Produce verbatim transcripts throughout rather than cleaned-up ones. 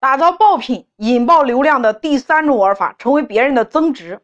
打造爆品引爆流量的第三种玩法，成为别人的增值。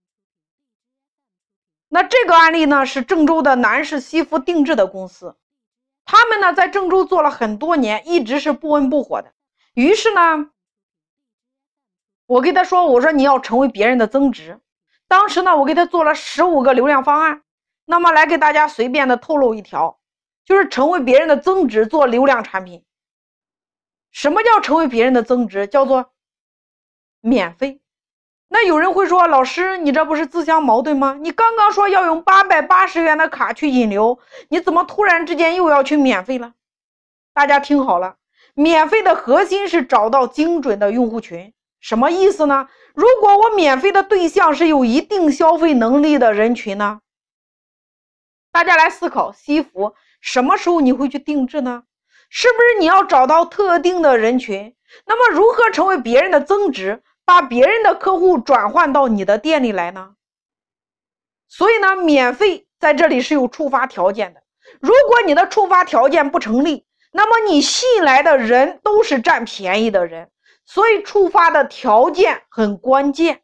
那这个案例呢，是郑州的男士西服定制的公司，他们呢在郑州做了很多年，一直是不温不火的。于是呢，我给他说，我说你要成为别人的增值。当时呢，我给他做了十五个流量方案。那么来给大家随便的透露一条，就是成为别人的增值，做流量产品。什么叫成为别人的增值？叫做免费。那有人会说，老师你这不是自相矛盾吗？你刚刚说要用八百八十元的卡去引流，你怎么突然之间又要去免费了？大家听好了，免费的核心是找到精准的用户群。什么意思呢？如果我免费的对象是有一定消费能力的人群呢？大家来思考，西服什么时候你会去定制呢？是不是你要找到特定的人群？那么如何成为别人的增值，把别人的客户转换到你的店里来呢？所以呢，免费在这里是有触发条件的。如果你的触发条件不成立，那么你吸引来的人都是占便宜的人，所以触发的条件很关键。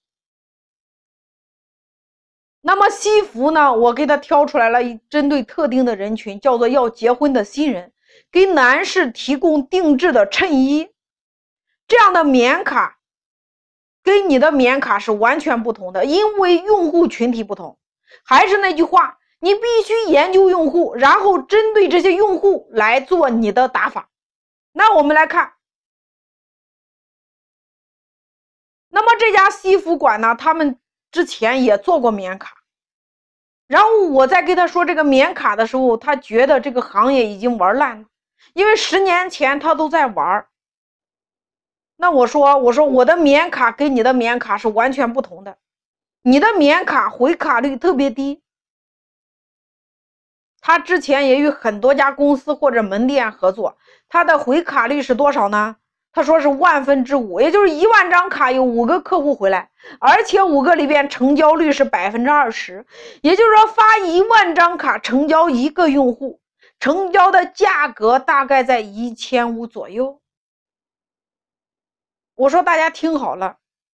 那么西服呢，我给他挑出来了针对特定的人群，叫做要结婚的新人，给男士提供定制的衬衣。这样的免卡跟你的免卡是完全不同的，因为用户群体不同。还是那句话，你必须研究用户，然后针对这些用户来做你的打法。那我们来看，那么这家西服馆呢，他们之前也做过免卡，然后我在给他说这个免卡的时候，他觉得这个行业已经玩烂了，因为十年前他都在玩。那我说我说我的免卡跟你的免卡是完全不同的，你的免卡回卡率特别低。他之前也与很多家公司或者门店合作，他的回卡率是多少呢？他说是万分之五，也就是一万张卡有五个客户回来，而且五个里边成交率是百分之二十，也就是说发一万张卡成交一个用户，成交的价格大概在一千五左右。我说大家听好了，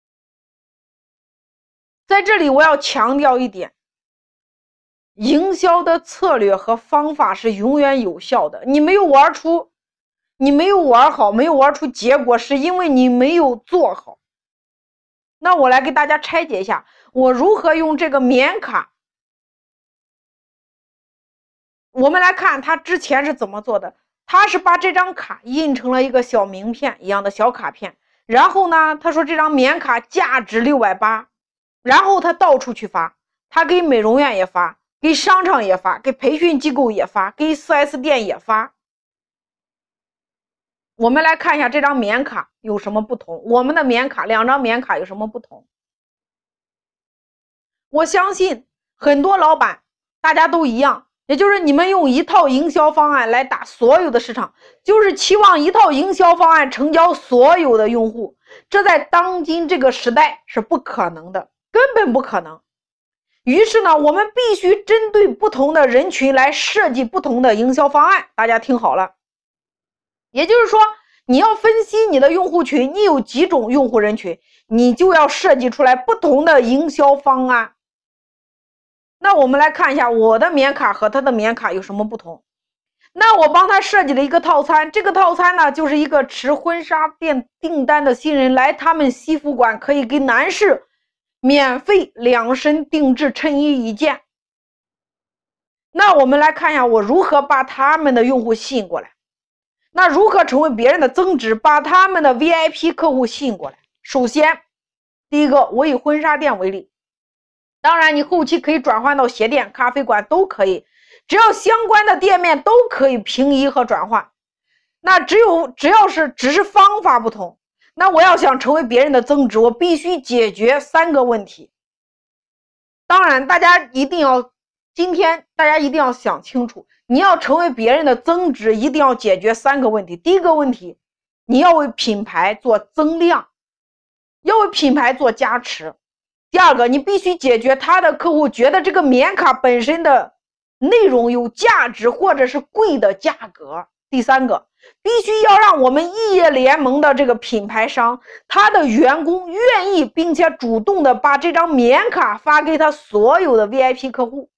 在这里我要强调一点，营销的策略和方法是永远有效的，你没有玩出你没有玩好，没有玩出结果，是因为你没有做好。那我来给大家拆解一下，我如何用这个免卡。我们来看他之前是怎么做的，他是把这张卡印成了一个小名片一样的小卡片，然后呢，他说这张免卡价值六百八，然后他到处去发，他给美容院也发，给商场也发，给培训机构也发，给 四 S 店也发。我们来看一下这张免卡有什么不同，我们的免卡两张免卡有什么不同。我相信很多老板大家都一样，也就是你们用一套营销方案来打所有的市场，就是期望一套营销方案成交所有的用户，这在当今这个时代是不可能的，根本不可能。于是呢，我们必须针对不同的人群来设计不同的营销方案。大家听好了，也就是说，你要分析你的用户群，你有几种用户人群，你就要设计出来不同的营销方案。那我们来看一下我的免卡和他的免卡有什么不同。那我帮他设计了一个套餐，这个套餐呢，就是一个持婚纱店订单的新人来他们西服馆，可以给男士免费量身定制衬衣一件。那我们来看一下我如何把他们的用户吸引过来。那如何成为别人的增值，把他们的 V I P 客户吸引过来？首先，第一个，我以婚纱店为例，当然你后期可以转换到鞋店、咖啡馆都可以，只要相关的店面都可以平移和转换。那只有只要是只是方法不同，那我要想成为别人的增值，我必须解决三个问题。当然大家一定要今天大家一定要想清楚，你要成为别人的增值，一定要解决三个问题。第一个问题，你要为品牌做增量，要为品牌做加持。第二个，你必须解决他的客户觉得这个免卡本身的内容有价值或者是贵的价格。第三个， 必须要让我们异业联盟的这个品牌商，他的员工愿意并且主动的把这张免卡发给他所有的 V I P 客户。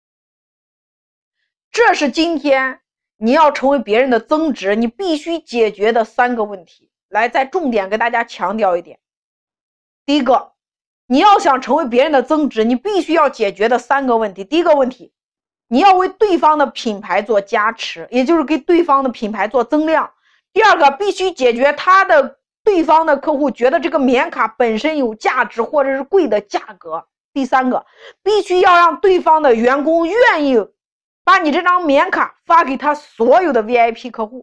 这是今天你要成为别人的增值，你必须解决的三个问题。来，再重点给大家强调一点。第一个，你要想成为别人的增值，你必须要解决的三个问题。第一个问题，你要为对方的品牌做加持，也就是给对方的品牌做增量。第二个，必须解决他的对方的客户觉得这个免卡本身有价值或者是贵的价格。第三个，必须要让对方的员工愿意把你这张免卡发给他所有的 V I P 客户。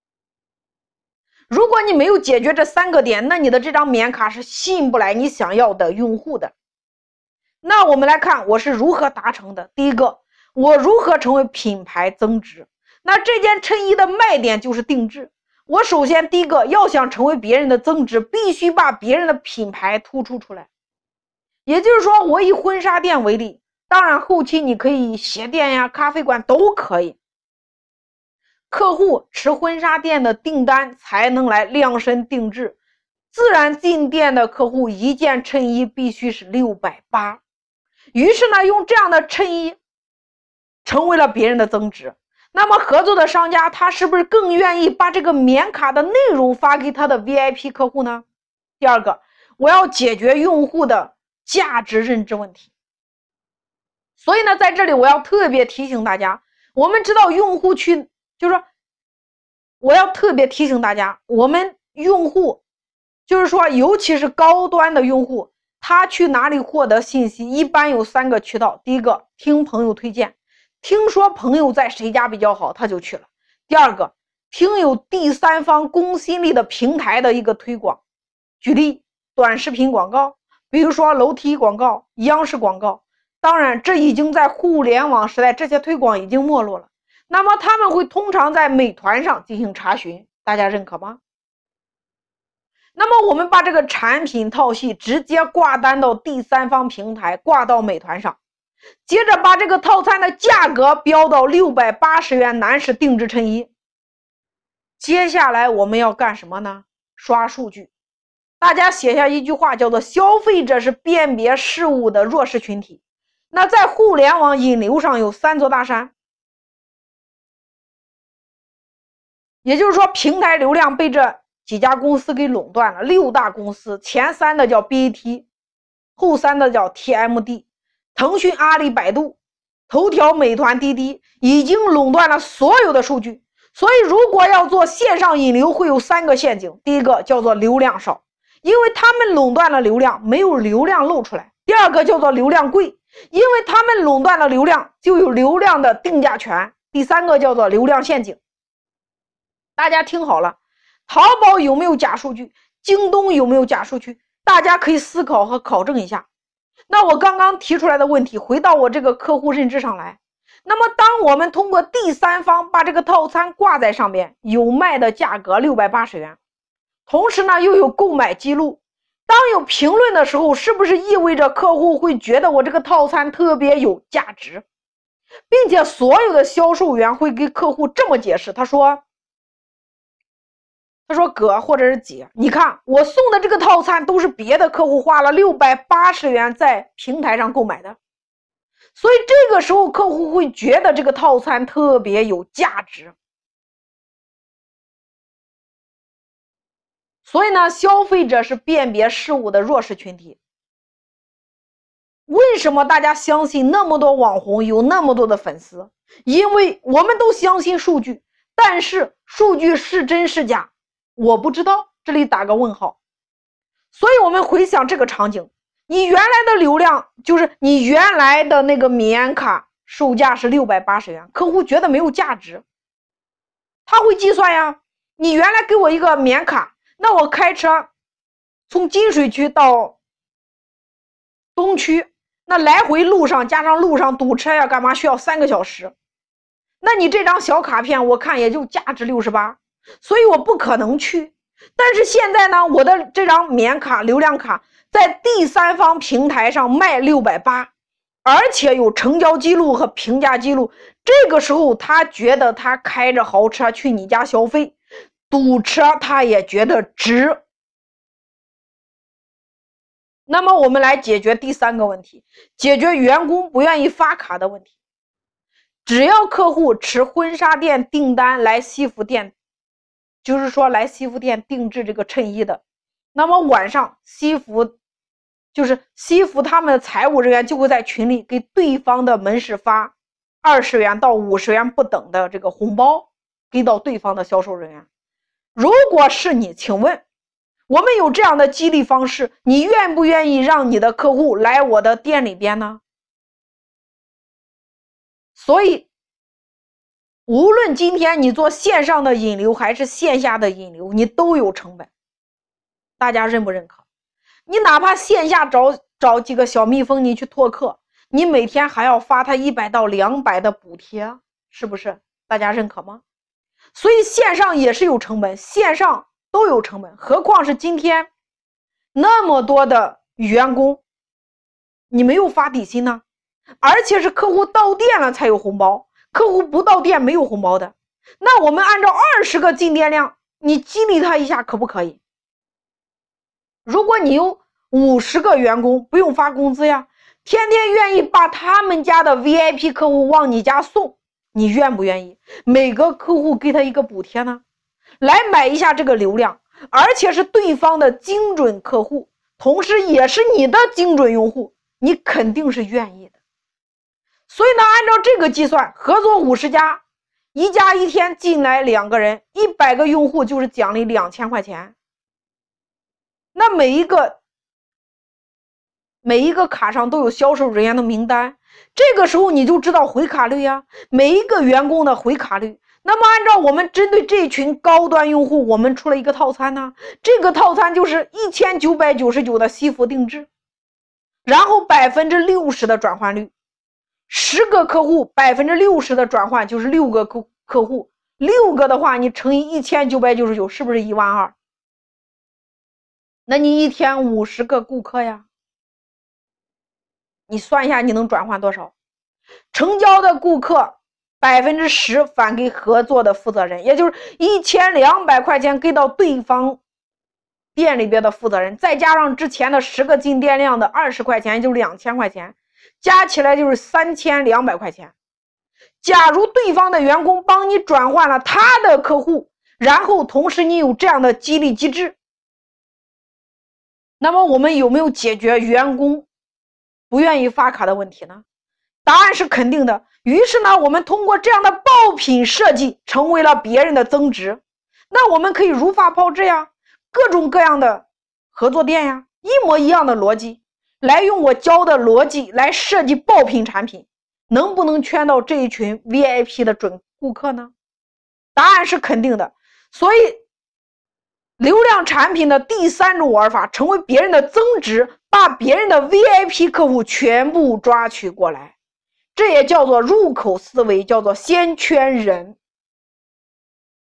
如果你没有解决这三个点，那你的这张免卡是吸引不来你想要的用户的。那我们来看我是如何达成的。第一个，我如何成为品牌增值？那这件衬衣的卖点就是定制。我首先第一个要想成为别人的增值，必须把别人的品牌突出出来。也就是说，我以婚纱店为例，当然后期你可以鞋店呀、咖啡馆都可以。客户持婚纱店的订单才能来量身定制，自然进店的客户一件衬衣必须是六百八十。于是呢，用这样的衬衣成为了别人的增值。那么合作的商家他是不是更愿意把这个免卡的内容发给他的 V I P 客户呢？第二个，我要解决用户的价值认知问题。所以呢，在这里我要特别提醒大家，我们知道用户去就是说我要特别提醒大家，我们用户就是说尤其是高端的用户，他去哪里获得信息一般有三个渠道。第一个，听朋友推荐，听说朋友在谁家比较好他就去了。第二个，听有第三方公信力的平台的一个推广，举例短视频广告，比如说楼梯广告、央视广告。当然这已经在互联网时代，这些推广已经没落了。那么他们会通常在美团上进行查询，大家认可吗？那么我们把这个产品套系直接挂单到第三方平台，挂到美团上，接着把这个套餐的价格标到六百八十元男士定制衬衣。接下来我们要干什么呢？刷数据。大家写下一句话，叫做消费者是辨别事物的弱势群体。那在互联网引流上有三座大山，也就是说平台流量被这几家公司给垄断了。六大公司，前三的叫 B A T， 后三的叫 T M D， 腾讯、阿里、百度、头条、美团、滴滴已经垄断了所有的数据。所以如果要做线上引流，会有三个陷阱。第一个叫做流量少，因为他们垄断了流量，没有流量露出来。第二个叫做流量贵，因为他们垄断了流量，就有流量的定价权。第三个叫做流量陷阱。大家听好了，淘宝有没有假数据？京东有没有假数据？大家可以思考和考证一下。那我刚刚提出来的问题，回到我这个客户认知上来。那么当我们通过第三方把这个套餐挂在上面，有卖的价格六百八十元，同时呢又有购买记录，当有评论的时候，是不是意味着客户会觉得我这个套餐特别有价值？并且所有的销售员会给客户这么解释，他说他说哥或者是姐，你看我送的这个套餐都是别的客户花了六百八十元在平台上购买的，所以这个时候客户会觉得这个套餐特别有价值。所以呢，消费者是辨别事物的弱势群体。为什么大家相信那么多网红有那么多的粉丝？因为我们都相信数据，但是数据是真是假我不知道，这里打个问号。所以我们回想这个场景，你原来的流量就是你原来的那个免卡售价是六百八十元，客户觉得没有价值，他会计算呀，你原来给我一个免卡，那我开车从金水区到东区，那来回路上加上路上堵车呀干嘛需要三个小时，那你这张小卡片我看也就价值六十八，所以我不可能去。但是现在呢，我的这张免卡流量卡在第三方平台上卖六百八，而且有成交记录和评价记录，这个时候他觉得他开着豪车去你家消费， 堵车他也觉得值。那么我们来解决第三个问题，解决员工不愿意发卡的问题。只要客户持婚纱店订单来西服店，就是说来西服店定制这个衬衣的，那么晚上西服就是西服他们的财务人员就会在群里给对方的门市发二十元到五十元不等的这个红包给到对方的销售人员。如果是你，请问我们有这样的激励方式，你愿不愿意让你的客户来我的店里边呢？所以无论今天你做线上的引流还是线下的引流，你都有成本，大家认不认可？你哪怕线下找找几个小蜜蜂你去拓客，你每天还要发他一百到两百的补贴，是不是？大家认可吗？所以线上也是有成本，线上都有成本，何况是今天那么多的员工你没有发底薪呢，而且是客户到店了才有红包，客户不到店没有红包的。那我们按照二十个进店量，你激励他一下可不可以？如果你有五十个员工，不用发工资呀，天天愿意把他们家的 V I P 客户往你家送，你愿不愿意每个客户给他一个补贴呢？来买一下这个流量，而且是对方的精准客户，同时也是你的精准用户，你肯定是愿意的。所以呢，按照这个计算，合作五十家，一家一天进来两个人，一百个用户就是奖励两千块钱。那每一个每一个卡上都有销售人员的名单，这个时候你就知道回卡率呀，每一个员工的回卡率。那么按照我们针对这群高端用户，我们出了一个套餐呢，这个套餐就是一千九百九十九的西服定制，然后 百分之六十 的转换率，十个客户 百分之六十 的转换就是六个客客户，六个的话你乘以一千九百九十九是不是一万二？那你一天五十个顾客呀，你算一下你能转换多少？成交的顾客 百分之十 返给合作的负责人，也就是一千两百块钱给到对方店里边的负责人，再加上之前的十个进店量的二十块钱，就是两千块钱，加起来就是三千两百块钱。假如对方的员工帮你转换了他的客户，然后同时你有这样的激励机制，那么我们有没有解决员工不愿意发卡的问题呢？答案是肯定的。于是呢，我们通过这样的爆品设计成为了别人的增值。那我们可以如法炮制呀，各种各样的合作店呀，一模一样的逻辑，来用我教的逻辑来设计爆品产品，能不能圈到这一群 V I P 的准顾客呢？答案是肯定的。所以流量产品的第三种玩法，成为别人的增值，把别人的 V I P 客户全部抓取过来，这也叫做入口思维，叫做先圈人。